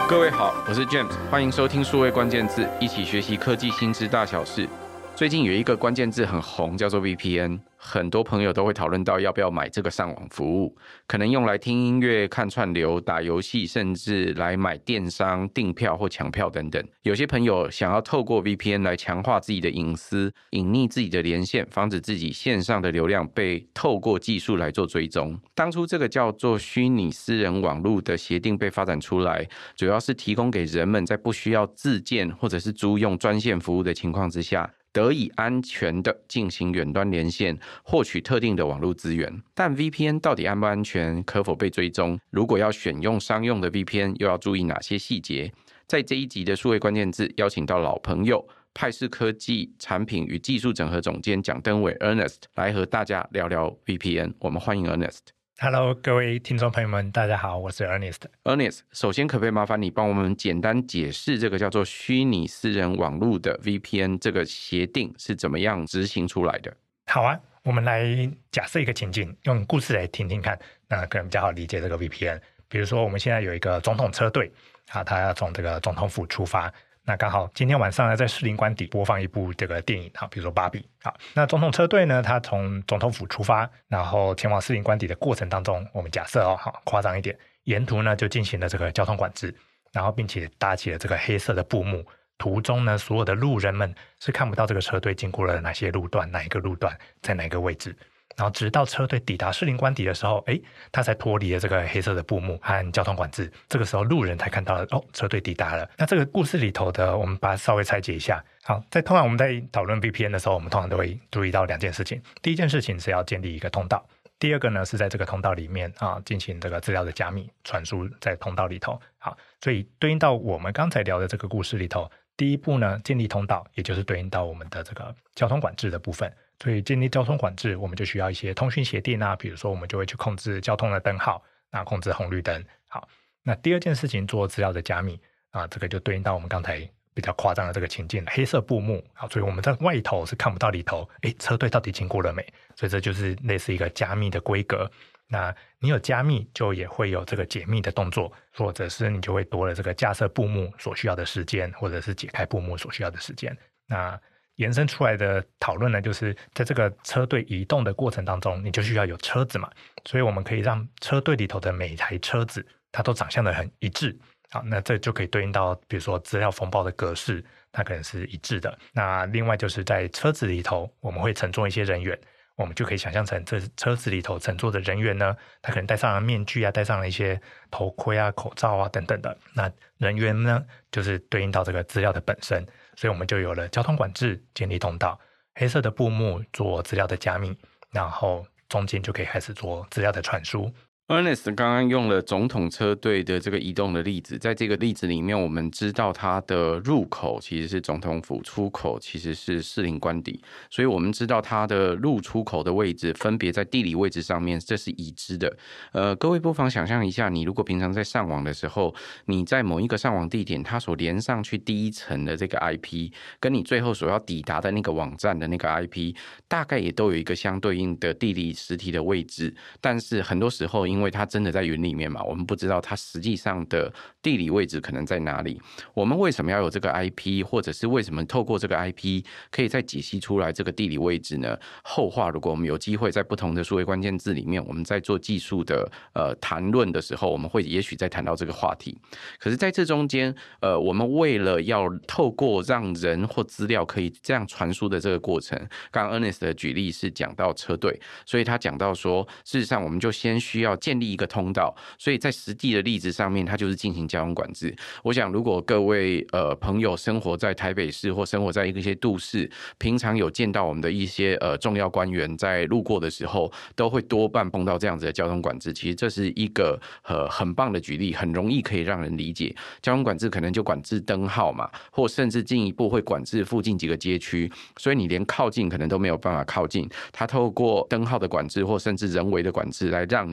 各位好，我是 James， 欢迎收听数位关键字，一起学习科技新知大小事。最近有一个关键字很红，叫做 VPN， 很多朋友都会讨论到要不要买这个上网服务，可能用来听音乐、看串流、打游戏，甚至来买电商、订票或抢票等等。有些朋友想要透过 VPN 来强化自己的隐私，隐匿自己的连线，防止自己线上的流量被透过技术来做追踪。当初这个叫做虚拟私人网络的协定被发展出来，主要是提供给人们在不需要自建或者是租用专线服务的情况之下，得以安全的进行远端连线，获取特定的网络资源。但 VPN 到底安不安全，可否被追踪？如果要选用商用的 VPN， 又要注意哪些细节？在这一集的数位关键字，邀请到老朋友派世科技产品与技术整合总监蒋登伟 Ernest 来和大家聊聊 VPN。我们欢迎 Ernest。Hello， 各位听众朋友们，大家好，我是 Ernest。首先，可不可以麻烦你帮我们简单解释这个叫做虚拟私人网络的 VPN 这个协定是怎么样执行出来的？ 好啊，我们来假设一个情境，用故事来听听看，那可能比较好理解这个 VPN。比如说，我们现在有一个总统车队啊，他要从这个总统府出发。那刚好今天晚上呢，在士林官邸播放一部这个电影，比如说芭比。好，那总统车队呢，他从总统府出发，然后前往士林官邸的过程当中，我们假设好夸张一点，沿途呢就进行了这个交通管制，然后并且搭起了这个黑色的布幕，途中呢所有的路人们是看不到这个车队经过了哪些路段，哪一个路段在哪个位置。然后直到车队抵达士林官邸的时候，他才脱离了这个黑色的布幕和交通管制。这个时候路人才看到了，车队抵达了。那这个故事里头的，我们把它稍微拆解一下。好，通常我们在讨论 VPN 的时候，我们通常都会注意到两件事情。第一件事情是要建立一个通道，第二个呢是在这个通道里面进行这个资料的加密传输在通道里头。好，所以对应到我们刚才聊的这个故事里头，第一步呢建立通道，也就是对应到我们的这个交通管制的部分。所以建立交通管制，我们就需要一些通讯协定啊，比如说我们就会去控制交通的灯号，那控制红绿灯。好，那第二件事情做资料的加密啊，这个就对应到我们刚才比较夸张的这个情境，黑色布幕。好，所以我们在外头是看不到里头，车队到底经过了没？所以这就是类似一个加密的规格。那你有加密，就也会有这个解密的动作，或者是你就会多了这个架设布幕所需要的时间，或者是解开布幕所需要的时间。那延伸出来的讨论呢，就是在这个车队移动的过程当中，你就需要有车子嘛，所以我们可以让车队里头的每一台车子它都长相的很一致。好，那这就可以对应到比如说资料封包的格式，它可能是一致的。那另外就是在车子里头，我们会乘坐一些人员，我们就可以想象成这车子里头乘坐的人员呢，他可能戴上了面具啊，戴上了一些头盔啊、口罩啊等等的。那人员呢，就是对应到这个资料的本身，所以我们就有了交通管制、建立通道、黑色的布幕做资料的加密，然后中间就可以开始做资料的传输。 Ernest 刚刚用了总统车队的这个移动的例子，在这个例子里面，我们知道它的入口其实是总统府，出口其实是士林官邸，所以我们知道它的入出口的位置分别在地理位置上面，这是已知的。各位不妨想象一下，你如果平常在上网的时候，你在某一个上网地点，它所连上去第一层的这个 IP， 跟你最后所要抵达的那个网站的那个 IP， 大概也都有一个相对应的地理实体的位置，但是很多时候因为它真的在云里面嘛，我们不知道它实际上的地理位置可能在哪里。我们为什么要有这个 IP， 或者是为什么透过这个 IP 可以再解析出来这个地理位置呢？后话如果我们有机会在不同的数位关键字里面，我们在做技术的谈论的时候，我们会也许再谈到这个话题。可是在这中间我们为了要透过让人或资料可以这样传输的这个过程，刚刚 Ernest 的举例是讲到车队，所以他讲到说事实上我们就先需要建立一个通道，所以在实际的例子上面，它就是进行交通管制。我想，如果各位朋友生活在台北市或生活在一些都市，平常有见到我们的一些重要官员在路过的时候，都会多半碰到这样子的交通管制。其实这是一个很棒的举例，很容易可以让人理解。交通管制可能就管制灯号嘛，或甚至进一步会管制附近几个街区，所以你连靠近可能都没有办法靠近。它透过灯号的管制或甚至人为的管制来让你没有办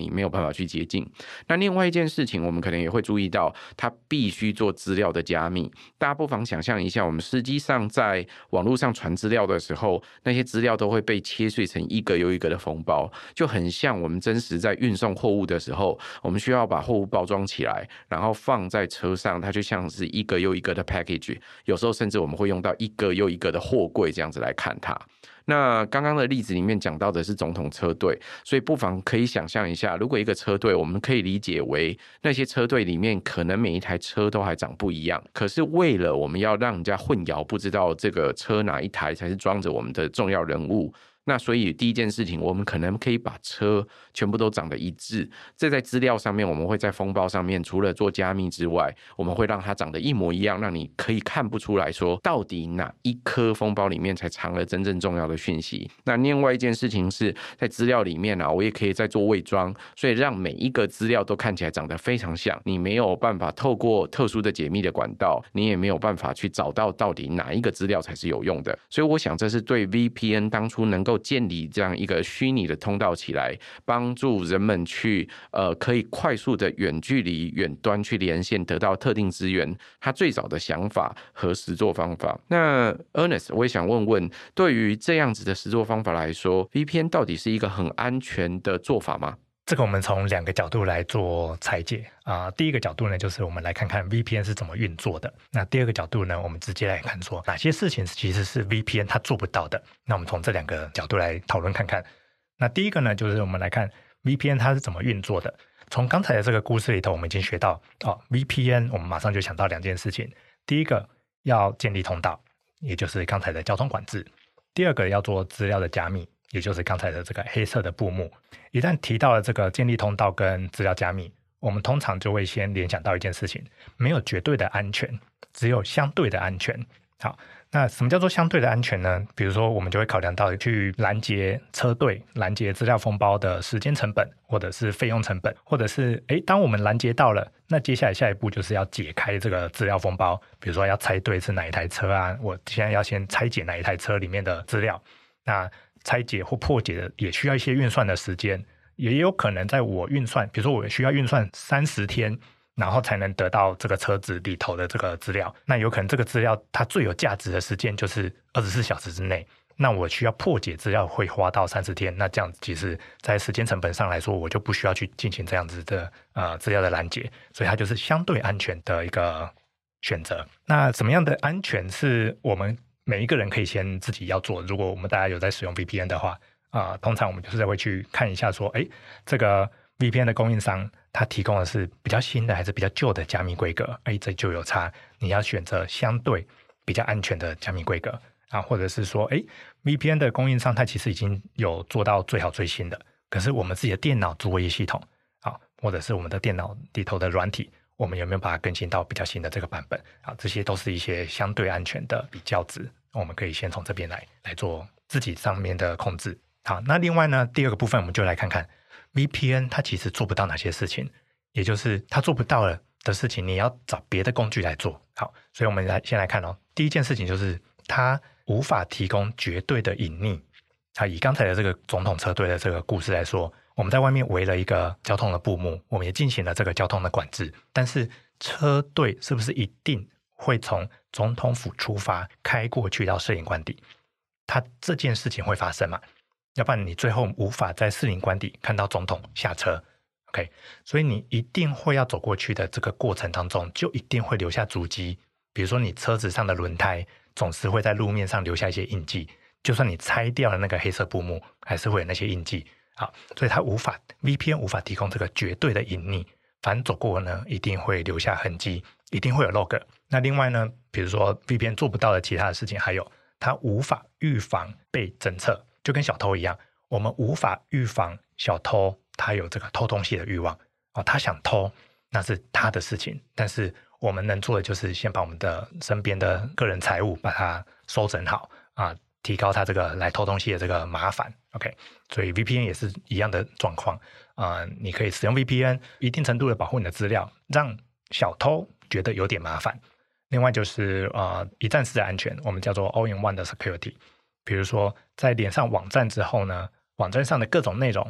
办法去接近。那另外一件事情，我们可能也会注意到，它必须做资料的加密。大家不妨想象一下，我们实际上在网络上传资料的时候，那些资料都会被切碎成一个又一个的封包，就很像我们真实在运送货物的时候，我们需要把货物包装起来，然后放在车上，它就像是一个又一个的 package。有时候甚至我们会用到一个又一个的货柜这样子来看它。那刚刚的例子里面讲到的是总统车队，所以不妨可以想象一下，如果一个车队，我们可以理解为那些车队里面可能每一台车都还长不一样，可是为了我们要让人家混淆，不知道这个车哪一台才是装着我们的重要人物，那所以第一件事情，我们可能可以把车全部都长得一致。这在资料上面，我们会在封包上面，除了做加密之外，我们会让它长得一模一样，让你可以看不出来说到底哪一颗封包里面才藏了真正重要的讯息。那另外一件事情是在资料里面我也可以再做伪装，所以让每一个资料都看起来长得非常像。你没有办法透过特殊的解密的管道，你也没有办法去找到到底哪一个资料才是有用的。所以我想这是对 VPN 当初能够建立这样一个虚拟的通道起来，帮助人们去可以快速的远距离远端去连线，得到特定资源，他最早的想法和实作方法。那 Ernest 我也想问问，对于这样子的实作方法来说， VPN 到底是一个很安全的做法吗？ 这个我们从2个角度来做拆解第一个角度呢，就是我们来看看 VPN 是怎么运作的。那第二个角度呢，我们直接来看说哪些事情其实是 VPN 它做不到的。那我们从这2个角度来讨论看看。那第一个呢，就是我们来看 VPN 它是怎么运作的。从刚才的这个故事里头，我们已经学到VPN 我们马上就想到2件事情。第一个要建立通道，也就是刚才的交通管制。第二个要做资料的加密，也就是刚才的这个黑色的布幕。一旦提到了这个建立通道跟资料加密，我们通常就会先联想到一件事情，没有绝对的安全，只有相对的安全。好，那什么叫做相对的安全呢？比如说我们就会考量到去拦截车队、拦截资料封包的时间成本，或者是费用成本，或者是当我们拦截到了，那接下来下一步就是要解开这个资料封包，比如说要猜对是哪一台车啊，我现在要先拆解哪一台车里面的资料。那拆解或破解的也需要一些运算的时间，也有可能在我运算，比如说我需要运算30天，然后才能得到这个车子里头的这个资料。那有可能这个资料它最有价值的时间就是24小时之内，那我需要破解资料会花到30天，那这样子其实在时间成本上来说，我就不需要去进行这样子的资料的拦截，所以它就是相对安全的一个选择。那什么样的安全是我们每一个人可以先自己要做？如果我们大家有在使用 VPN 的话通常我们就是会去看一下说这个 VPN 的供应商它提供的是比较新的还是比较旧的加密规格，这就有差。你要选择相对比较安全的加密规格或者是说VPN 的供应商它其实已经有做到最好最新的，可是我们自己的电脑作业系统或者是我们的电脑里头的软体，我们有没有把它更新到比较新的这个版本这些都是一些相对安全的比较值，我们可以先从这边来做自己上面的控制。好，那另外呢，第二个部分我们就来看看 VPN 它其实做不到哪些事情，也就是它做不到了的事情，你要找别的工具来做。好，所以我们先来看第一件事情就是它无法提供绝对的隐匿。以刚才的这个总统车队的这个故事来说，我们在外面围了一个交通的布幕，我们也进行了这个交通的管制，但是车队是不是一定会从总统府出发开过去到士林官邸？它这件事情会发生吗？要不然你最后无法在士林官邸看到总统下车。OK， 所以你一定会要走过去的这个过程当中，就一定会留下足迹。比如说你车子上的轮胎总是会在路面上留下一些印记，就算你拆掉了那个黑色布幕，还是会有那些印记。好，所以它VPN 无法提供这个绝对的隐匿，反正走过呢一定会留下痕迹，一定会有 log。 那另外呢，比如说 VPN 做不到的其他的事情，还有它无法预防被侦测，就跟小偷一样，我们无法预防小偷他有这个偷东西的欲望他想偷那是他的事情，但是我们能做的就是先把我们的身边的个人财物把它收整好提高他这个来偷东西的这个麻烦。 OK， 所以 VPN 也是一样的状况你可以使用 VPN 一定程度的保护你的资料，让小偷觉得有点麻烦。另外就是一站式的安全，我们叫做 All-in-one 的 security。 比如说在连上网站之后呢，网站上的各种内容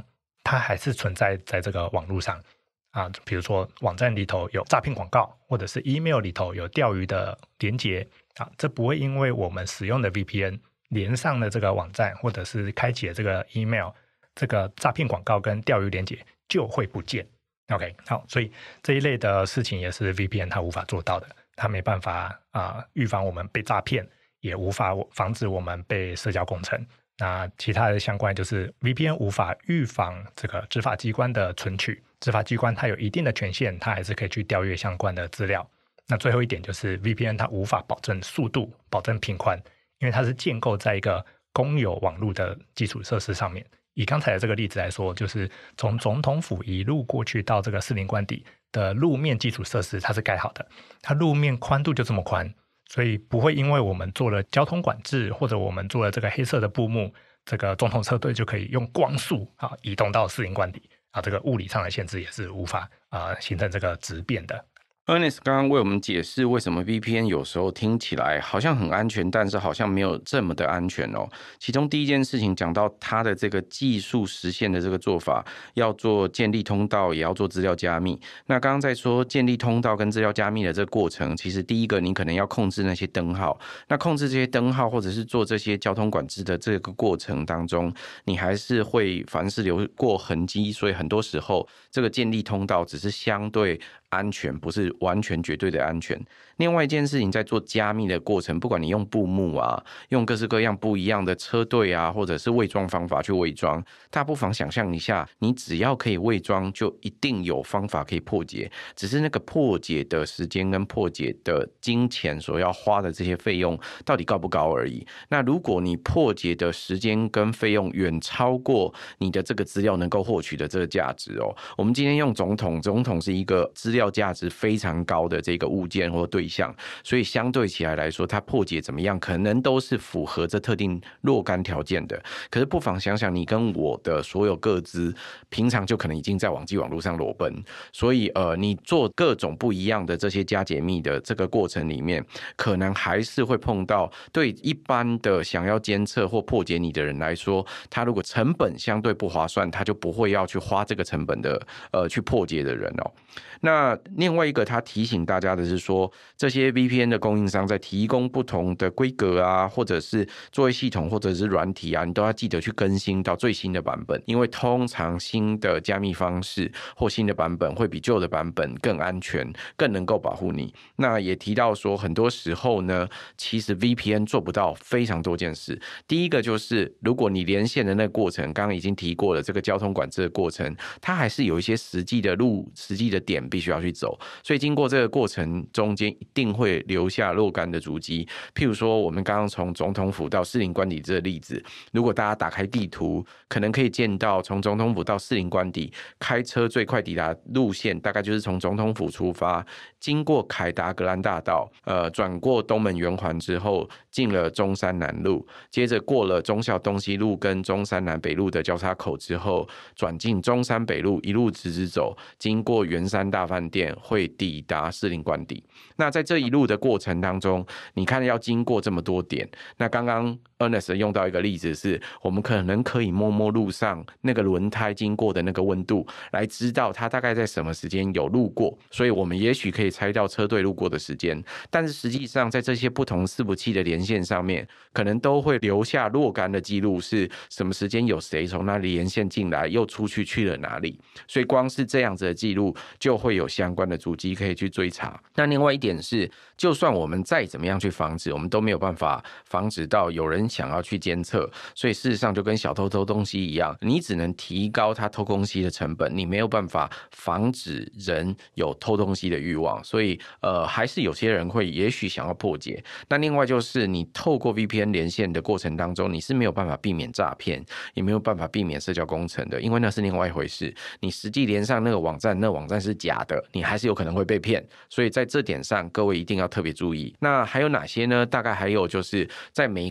它还是存在在这个网络上啊。比如说网站里头有诈骗广告，或者是 email 里头有钓鱼的连结啊，这不会因为我们使用的 VPN 连上了这个网站，或者是开启了这个 email， 这个诈骗广告跟钓鱼连结就会不见。OK， 好，所以这一类的事情也是 VPN 它无法做到的，它没办法预防我们被诈骗，也无法防止我们被社交工程。那其他的相关就是 VPN 无法预防这个执法机关的存取，执法机关它有一定的权限，它还是可以去调阅相关的资料。那最后一点就是 VPN 它无法保证速度，保证频宽，因为它是建构在一个公有网络的基础设施上面。以刚才的这个例子来说，就是从总统府一路过去到这个士林官邸的路面基础设施，它是盖好的，它路面宽度就这么宽，所以不会因为我们做了交通管制，或者我们做了这个黑色的布幕，这个总统车队就可以用光速移动到士林官邸这个物理上的限制也是无法形成这个质变的。 Ernest 刚刚为我们解释为什么 VPN 有时候听起来好像很安全，但是好像没有这么的安全哦。其中第一件事情讲到它的这个技术实现的这个做法，要做建立通道，也要做资料加密。那刚刚在说建立通道跟资料加密的这个过程，其实第一个你可能要控制那些灯号，那控制这些灯号或者是做这些交通管制的这个过程当中，你还是会凡是留过痕迹，所以很多时候这个建立通道只是相对安全，不是完全绝对的安全。另外一件事情，在做加密的过程，不管你用布幕用各式各样不一样的车队或者是伪装方法去伪装，大家不妨想象一下，你只要可以伪装，就一定有方法可以破解，只是那个破解的时间跟破解的金钱所要花的这些费用到底高不高而已。那如果你破解的时间跟费用远超过你的这个资料能够获取的这个价值我们今天用总统是一个资料价值非常高的这个物件或对象，所以相对起来说，它破解怎么样，可能都是符合这特定若干条件的。可是不妨想想，你跟我的所有个资，平常就可能已经在网际网络上裸奔，所以你做各种不一样的这些加解密的这个过程里面，可能还是会碰到对一般的想要监测或破解你的人来说，他如果成本相对不划算，他就不会要去花这个成本的去破解的人那另外一个他提醒大家的是说，这些 VPN 的供应商在提供不同的规格或者是作业系统或者是软体你都要记得去更新到最新的版本，因为通常新的加密方式或新的版本会比旧的版本更安全，更能够保护你。那也提到说，很多时候呢，其实 VPN 做不到非常多件事。第一个就是，如果你连线的那个过程，刚刚已经提过了，这个交通管制的过程，它还是有一些实际的路、实际的点必须要去走，所以经过这个过程中间一定会留下若干的足迹。譬如说我们刚刚从总统府到士林官邸这个例子，如果大家打开地图，可能可以见到从总统府到士林官邸开车最快抵达路线大概就是从总统府出发，经过凯达格兰大道转过东门圆环之后进了中山南路，接着过了忠孝东西路跟中山南北路的交叉口之后，转进中山北路，一路直走，经过圆山大饭店会抵达士林官邸。那在这一路的过程当中，你看要经过这么多点，那刚刚 Ernest 用到一个例子是，我们可能可以摸摸路上那个轮胎经过的那个温度，来知道它大概在什么时间有路过，所以我们也许可以猜到车队路过的时间。但是实际上在这些不同伺服器的连线上面，可能都会留下若干的记录，是什么时间有谁从那里连线进来，又出去去了哪里，所以光是这样子的记录就会有相关的足迹可以去追查。那另外一点是，就算我们再怎么样去防止，我们都没有办法防止到有人想要去监测，所以事实上就跟小偷偷东西一样，你只能提高他偷东西的成本，你没有办法防止人有偷东西的欲望，所以还是有些人会也许想要破解。那另外就是你透过 VPN 连线的过程当中，你是没有办法避免诈骗，也没有办法避免社交工程的，因为那是另外一回事。你实际连上那个网站，那个网站是假的，你还是有可能会被骗，所以在这点上各位一定要特别注意。那还有哪些呢？大概还有就是在每一个地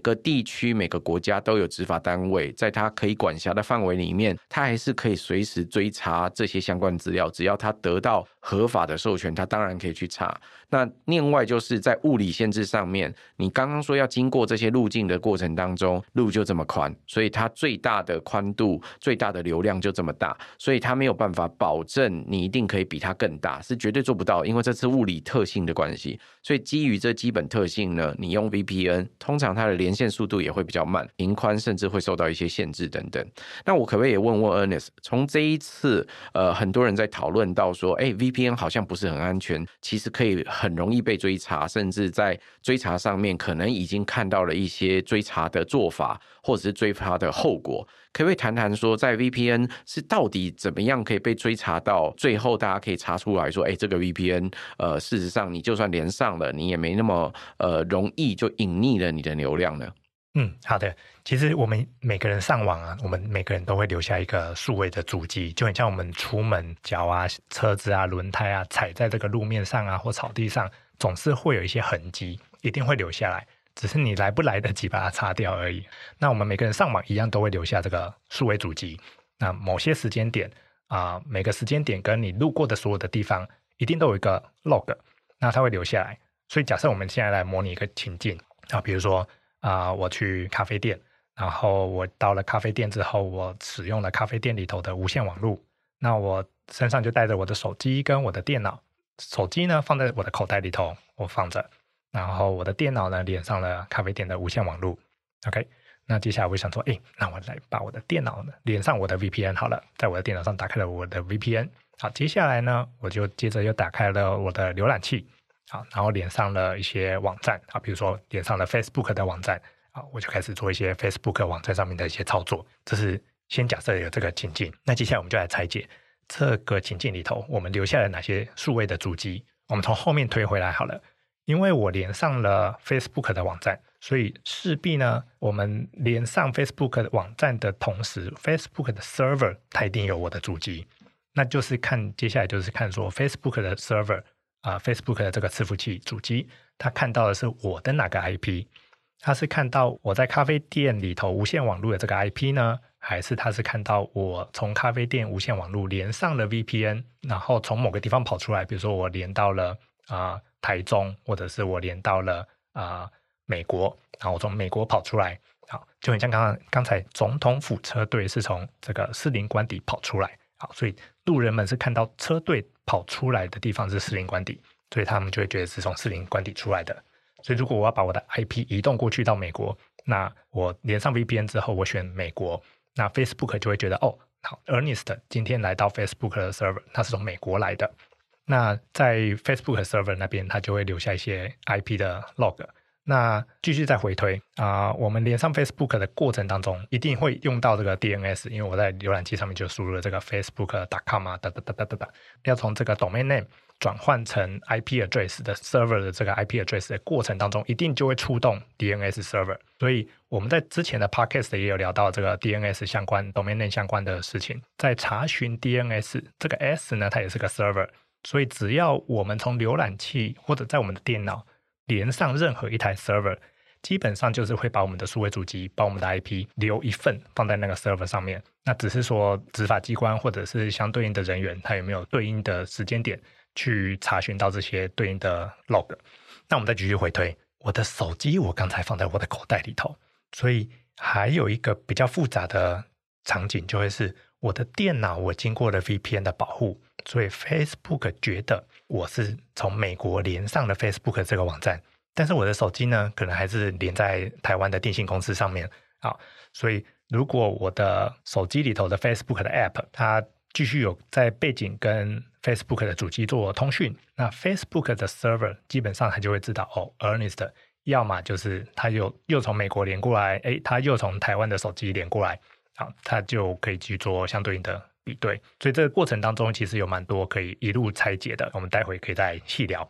区每个国家都有执法单位，在它可以管辖的范围里面，它还是可以随时追查这些相关资料，只要它得到合法的授权，它当然可以去查。那另外就是在物理限制上面，你刚刚说要经过这些路径的过程当中，路就这么宽，所以它最大的宽度、最大的流量就这么大，所以它没有办法保证你一定可以比它更大，是绝对做不到，因为这是物理特性的关系。所以基于这基本特性呢，你用 VPN， 通常它的连线速度也会比较慢，频宽甚至会受到一些限制等等。那我可不可以也问问 Ernest， 从这一次很多人在讨论到说VPN 好像不是很安全，其实可以很容易被追查，甚至在追查上面可能已经看到了一些追查的做法或者是追查的后果，可不可以谈谈说在 VPN 是到底怎么样可以被追查到最后大家可以查出来说这个 VPN 事实上你就算连上了，你也没那么容易就隐匿了你的流量呢？ 好的。其实我们每个人上网啊，我们每个人都会留下一个数位的足迹，就很像我们出门脚啊、车子啊、轮胎啊踩在这个路面上啊或草地上，总是会有一些痕迹，一定会留下来，只是你来不来得及把它擦掉而已。那我们每个人上网一样都会留下这个数位足迹。那某些时间点每个时间点跟你路过的所有的地方一定都有一个 log， 那它会留下来。所以假设我们现在来模拟一个情境比如说我去咖啡店，然后我到了咖啡店之后，我使用了咖啡店里头的无线网路，那我身上就带着我的手机跟我的电脑，手机呢放在我的口袋里头我放着，然后我的电脑呢连上了咖啡店的无线网路。 OK， 那接下来我想说那我来把我的电脑呢连上我的 VPN 好了，在我的电脑上打开了我的 VPN。 好，接下来呢我就接着又打开了我的浏览器，好，然后连上了一些网站比如说连上了 Facebook 的网站，好，我就开始做一些 Facebook 网站上面的一些操作。这是先假设有这个情境，那接下来我们就来拆解这个情境里头我们留下了哪些数位的足迹。我们从后面推回来好了，因为我连上了 Facebook 的网站，所以势必呢我们连上 Facebook 的网站的同时， Facebook 的 server 它一定有我的足迹。那就是接下来就是看说 Facebook 的 server Facebook 的这个伺服器主机，它看到的是我的哪个 IP？ 它是看到我在咖啡店里头无线网路的这个 IP 呢，还是它是看到我从咖啡店无线网路连上了 VPN， 然后从某个地方跑出来，比如说我连到了台中，或者是我连到了美国，然后我从美国跑出来，好，就很像刚才总统府车队是从这个士林官邸跑出来。好，所以路人们是看到车队跑出来的地方是士林官邸，所以他们就会觉得是从士林官邸出来的。所以如果我要把我的 IP 移动过去到美国，那我连上 VPN 之后我选美国，那 Facebook 就会觉得好 Ernest 今天来到 Facebook 的 server， 他是从美国来的。那在 Facebook server 那边他就会留下一些 IP 的 log。那继续再回推我们连上 Facebook 的过程当中一定会用到这个 DNS， 因为我在浏览器上面就输入了这个 facebook.com 要从这个 domain name 转换成 IP address 的 server 的这个 IP address 的过程当中，一定就会出动 DNS server。所以我们在之前的 podcast 也有聊到这个 DNS 相关 domain name 相关的事情，在查询 DNS 这个 S 呢，它也是个 server， 所以只要我们从浏览器或者在我们的电脑连上任何一台 server， 基本上就是会把我们的数位主机，把我们的 IP 留一份放在那个 server 上面。那只是说执法机关或者是相对应的人员，他有没有对应的时间点去查询到这些对应的 log。 那我们再继续回推，我的手机我刚才放在我的口袋里头，所以还有一个比较复杂的场景就会是我的电脑我经过了 VPN 的保护，所以 Facebook 觉得我是从美国连上了 Facebook 这个网站，但是我的手机呢可能还是连在台湾的电信公司上面所以如果我的手机里头的 Facebook 的 App 它继续有在背景跟 Facebook 的主机做通讯，那 Facebook 的 server 基本上它就会知道Ernest 要么就是他又从美国连过来，他又从台湾的手机连过来，好，他就可以去做相对应的比对。所以这个过程当中其实有蛮多可以一路拆解的，我们待会可以再细聊。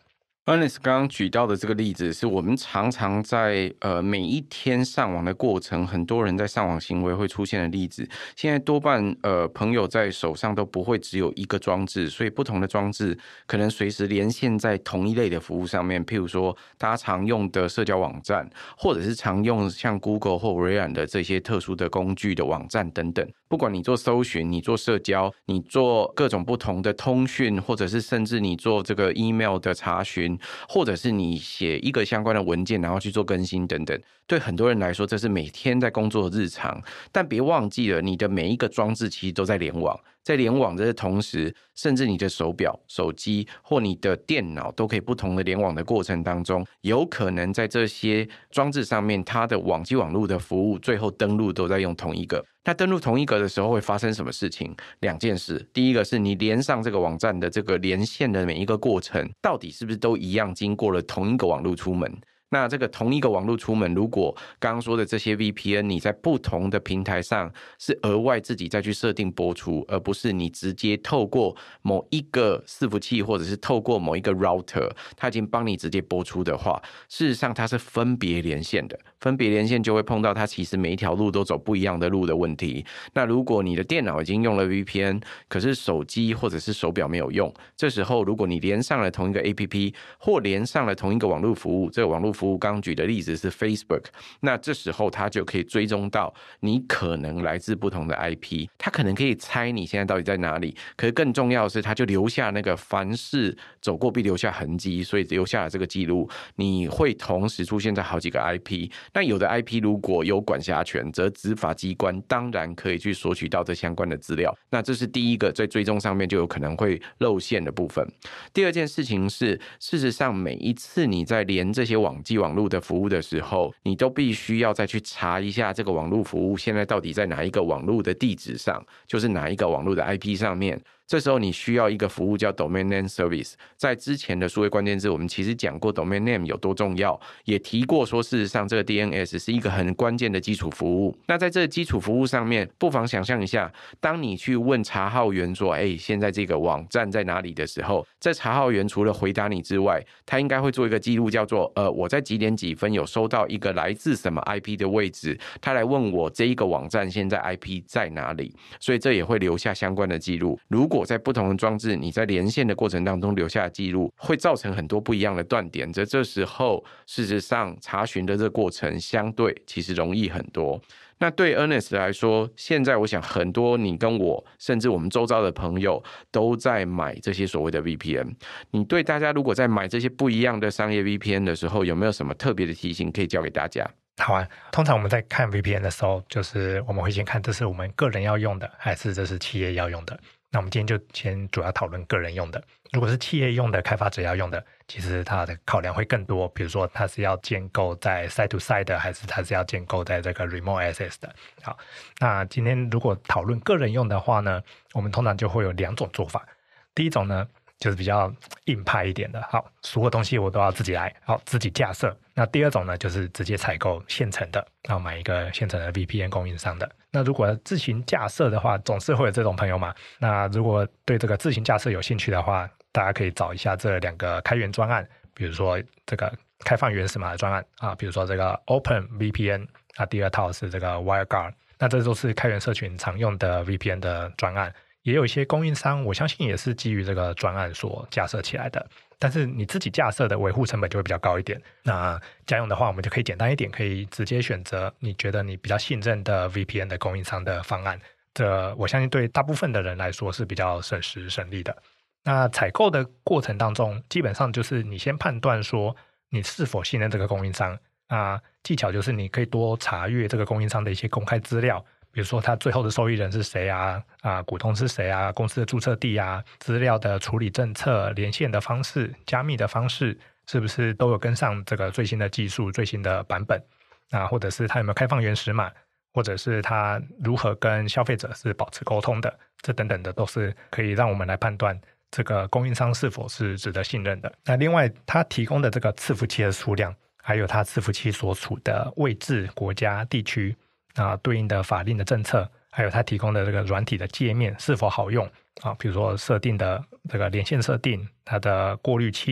Ernest 刚刚举到的这个例子，是我们常常在每一天上网的过程，很多人在上网行为会出现的例子。现在多半朋友在手上都不会只有一个装置，所以不同的装置可能随时连线在同一类的服务上面。譬如说，大家常用的社交网站，或者是常用像 Google 或微软的这些特殊的工具的网站等等。不管你做搜寻，你做社交，你做各种不同的通讯，或者是甚至你做这个 email 的查询，或者是你写一个相关的文件然后去做更新等等，对很多人来说这是每天在工作的日常。但别忘记了，你的每一个装置其实都在联网，在联网的同时，甚至你的手表、手机或你的电脑都可以不同的联网的过程当中，有可能在这些装置上面，它的网际网路的服务最后登录都在用同一个。那登录同一个的时候会发生什么事情？两件事，第一个是你连上这个网站的这个连线的每一个过程，到底是不是都一样经过了同一个网路出门？那这个同一个网路出门，如果刚刚说的这些 VPN 你在不同的平台上是额外自己再去设定播出，而不是你直接透过某一个伺服器或者是透过某一个 router 它已经帮你直接播出的话，事实上它是分别连线的，分别连线就会碰到它其实每一条路都走不一样的路的问题。那如果你的电脑已经用了 VPN， 可是手机或者是手表没有用，这时候如果你连上了同一个 APP 或连上了同一个网络服务，这个网络服务刚举的例子是 Facebook， 那这时候它就可以追踪到你可能来自不同的 IP， 它可能可以猜你现在到底在哪里，可是更重要的是它就留下那个凡事走过必留下痕迹，所以留下了这个记录，你会同时出现在好几个 IP。 那有的 IP 如果有管辖权，则执法机关当然可以去索取到这相关的资料，那这是第一个在追踪上面就有可能会露馅的部分。第二件事情是，事实上每一次你在连这些网际网路的服务的时候，你都必须要再去查一下这个网路服务现在到底在哪一个网路的地址上，就是哪一个网路的 IP 上面。这时候你需要一个服务叫 Domain Name Service。 在之前的数位关键字我们其实讲过 Domain Name 有多重要，也提过说事实上这个 DNS 是一个很关键的基础服务。那在这个基础服务上面，不妨想象一下，当你去问查号员说现在这个网站在哪里的时候，这查号员除了回答你之外，他应该会做一个记录，叫做我在几点几分有收到一个来自什么 IP 的位置，他来问我这一个网站现在 IP 在哪里，所以这也会留下相关的记录。如果在不同的装置你在连线的过程当中留下的记录，会造成很多不一样的断点，这时候事实上查询的这个过程相对其实容易很多。那对 Ernest 来说，现在我想很多你跟我甚至我们周遭的朋友都在买这些所谓的 VPN。 你对大家如果在买这些不一样的商业 VPN 的时候，有没有什么特别的提醒可以教给大家？ 好啊，通常我们在看 VPN 的时候，就是我们会先看这是我们个人要用的，还是这是企业要用的。那我们今天就先主要讨论个人用的。如果是企业用的，开发者要用的，其实它的考量会更多，比如说它是要建构在 side to side 的，还是它是要建构在这个 remote access 的。好，那今天如果讨论个人用的话呢，我们通常就会有两种做法。第一种呢，就是比较硬派一点的，好，所有东西我都要自己来，好，自己架设。那第二种呢，就是直接采购现成的，然后买一个现成的 VPN 供应商的。那如果自行架设的话，总是会有这种朋友嘛。那如果对这个自行架设有兴趣的话，大家可以找一下这两个开源专案，比如说这个开放原始码的专案啊，比如说这个 OpenVPN 啊，第二套是这个 WireGuard。那这都是开源社群常用的 VPN 的专案。也有一些供应商，我相信也是基于这个专案所架设起来的，但是你自己架设的维护成本就会比较高一点。那家用的话，我们就可以简单一点，可以直接选择你觉得你比较信任的 VPN 的供应商的方案。这我相信对大部分的人来说是比较省时省力的。那采购的过程当中，基本上就是你先判断说你是否信任这个供应商。技巧就是你可以多查阅这个供应商的一些公开资料，比如说他最后的受益人是谁股东是谁公司的注册地资料的处理政策、连线的方式、加密的方式，是不是都有跟上这个最新的技术、最新的版本或者是他有没有开放原始码，或者是他如何跟消费者是保持沟通的，这等等的都是可以让我们来判断这个供应商是否是值得信任的。那另外他提供的这个伺服器的数量，还有他伺服器所处的位置、国家、地区对应的法令的政策，还有它提供的这个软体的界面是否好用比如说设定的这个连线设定，它的过滤器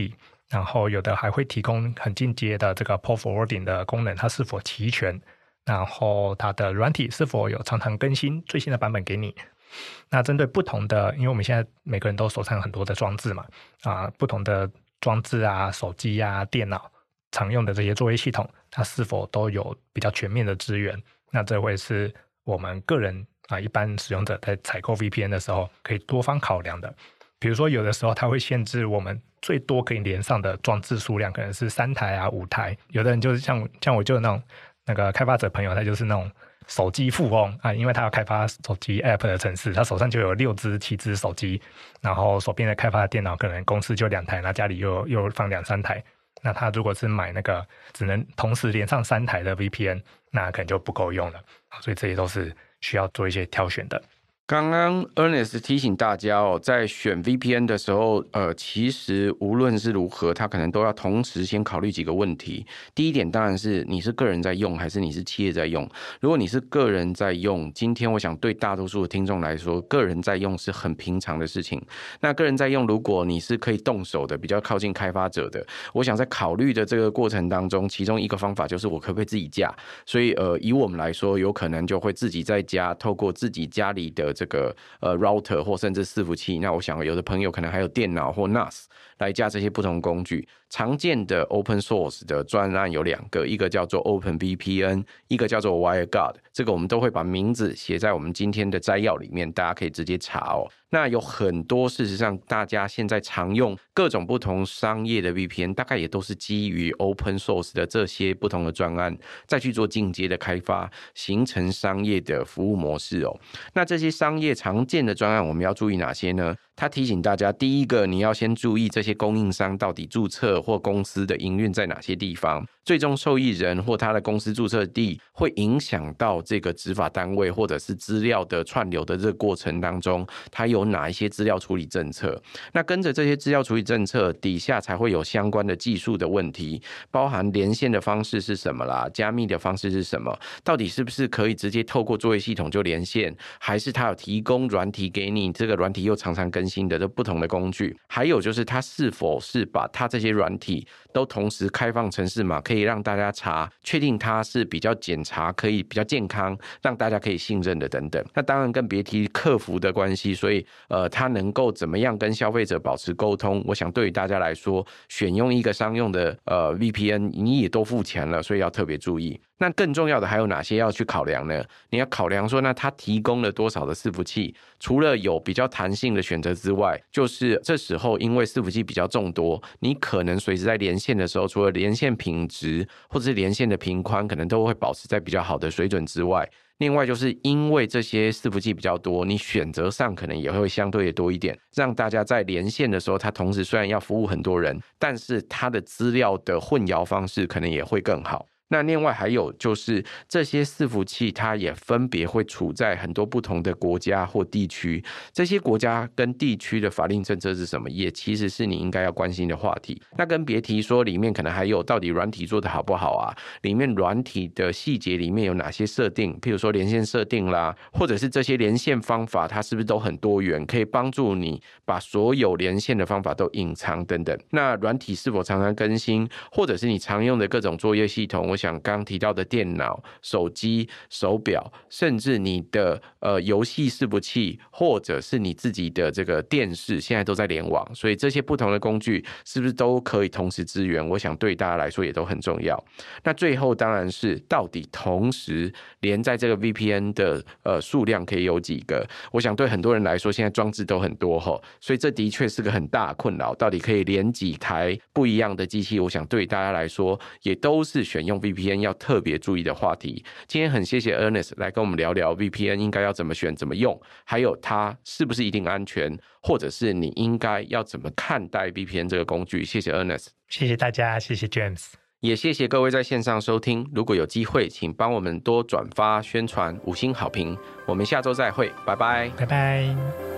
然后有的还会提供很进阶的这个 port forwarding 的功能，它是否齐全，然后它的软体是否有常常更新最新的版本给你。那针对不同的，因为我们现在每个人都手上有很多的装置嘛，不同的装置啊、手机啊、电脑常用的这些作业系统，它是否都有比较全面的资源？那这会是我们个人一般使用者在采购 VPN 的时候可以多方考量的。比如说有的时候它会限制我们最多可以连上的装置数量，可能是3台啊、5台。有的人就是像我就有那个开发者朋友，他就是那种手机富翁因为他要开发手机 App 的程式，他手上就有6只、7只手机，然后手边的开发的电脑可能公司就2台，那家里又放2-3台。那他如果是买那个只能同时连上3台的 VPN， 那可能就不够用了。所以这些都是需要做一些挑选的。 刚刚 Ernest 提醒大家在选 VPN 的时候，其实无论是如何，他可能都要同时先考虑几个问题。第一点当然是你是个人在用还是你是企业在用。如果你是个人在用，今天我想对大多数的听众来说，个人在用是很平常的事情。那个人在用，如果你是可以动手的，比较靠近开发者的，我想在考虑的这个过程当中，其中一个方法就是我可不可以自己架。所以以我们来说，有可能就会自己在家，透过自己家里的这个router 或甚至伺服器，那我想有的朋友可能还有电脑或 NAS 来架这些不同工具。常见的 open source 的专案有2个，一个叫做 OpenVPN， 一个叫做 WireGuard， 这个我们都会把名字写在我们今天的摘要里面，大家可以直接查那有很多事实上大家现在常用各种不同商业的 VPN， 大概也都是基于 open source 的这些不同的专案再去做进阶的开发，形成商业的服务模式那这些商业常见的专案我们要注意哪些呢？他提醒大家，第一个你要先注意这些供应商到底注册或公司的营运在哪些地方，最终受益人或他的公司注册地会影响到这个执法单位或者是资料的串流的这个过程当中，它有哪一些资料处理政策。那跟着这些资料处理政策底下才会有相关的技术的问题，包含连线的方式是什么啦，加密的方式是什么，到底是不是可以直接透过作业系统就连线，还是他有提供软体给你，这个软体又常常更新的这不同的工具，还有就是他是否是把他这些软体都同时开放程式码，可以让大家查，确定它是比较检查可以比较健康，让大家可以信任的等等。那当然更别提客服的关系，所以他能够怎么样跟消费者保持沟通，我想对于大家来说，选用一个商用的VPN 你也都付钱了，所以要特别注意。那更重要的还有哪些要去考量呢？你要考量说，那它提供了多少的伺服器？除了有比较弹性的选择之外，就是这时候因为伺服器比较众多，你可能随时在连线的时候，除了连线品质或者是连线的频宽可能都会保持在比较好的水准之外，另外就是因为这些伺服器比较多，你选择上可能也会相对的多一点，让大家在连线的时候，它同时虽然要服务很多人，但是它的资料的混淆方式可能也会更好。那另外还有就是这些伺服器它也分别会处在很多不同的国家或地区，这些国家跟地区的法令政策是什么，也其实是你应该要关心的话题。那更别提说里面可能还有到底软体做得好不好啊，里面软体的细节里面有哪些设定，譬如说连线设定啦，或者是这些连线方法它是不是都很多元，可以帮助你把所有连线的方法都隐藏等等。那软体是否常常更新，或者是你常用的各种作业系统，我想刚刚提到的电脑、手机、手表，甚至你的游戏伺服器，或者是你自己的这个电视，现在都在联网，所以这些不同的工具是不是都可以同时支援？我想对大家来说也都很重要。那最后当然是到底同时连在这个 VPN 的数量可以有几个？我想对很多人来说，现在装置都很多所以这的确是个很大的困扰。到底可以连几台不一样的机器？我想对大家来说也都是选用 VPN 要特别注意的话题。今天很谢谢 Ernest 来跟我们聊聊 VPN 应该要怎么选、怎么用，还有它是不是一定安全，或者是你应该要怎么看待 VPN 这个工具。谢谢 Ernest， 谢谢大家，谢谢 James， 也谢谢各位在线上收听。如果有机会，请帮我们多转发、宣传、5星好评。我们下周再会，拜拜， 拜拜。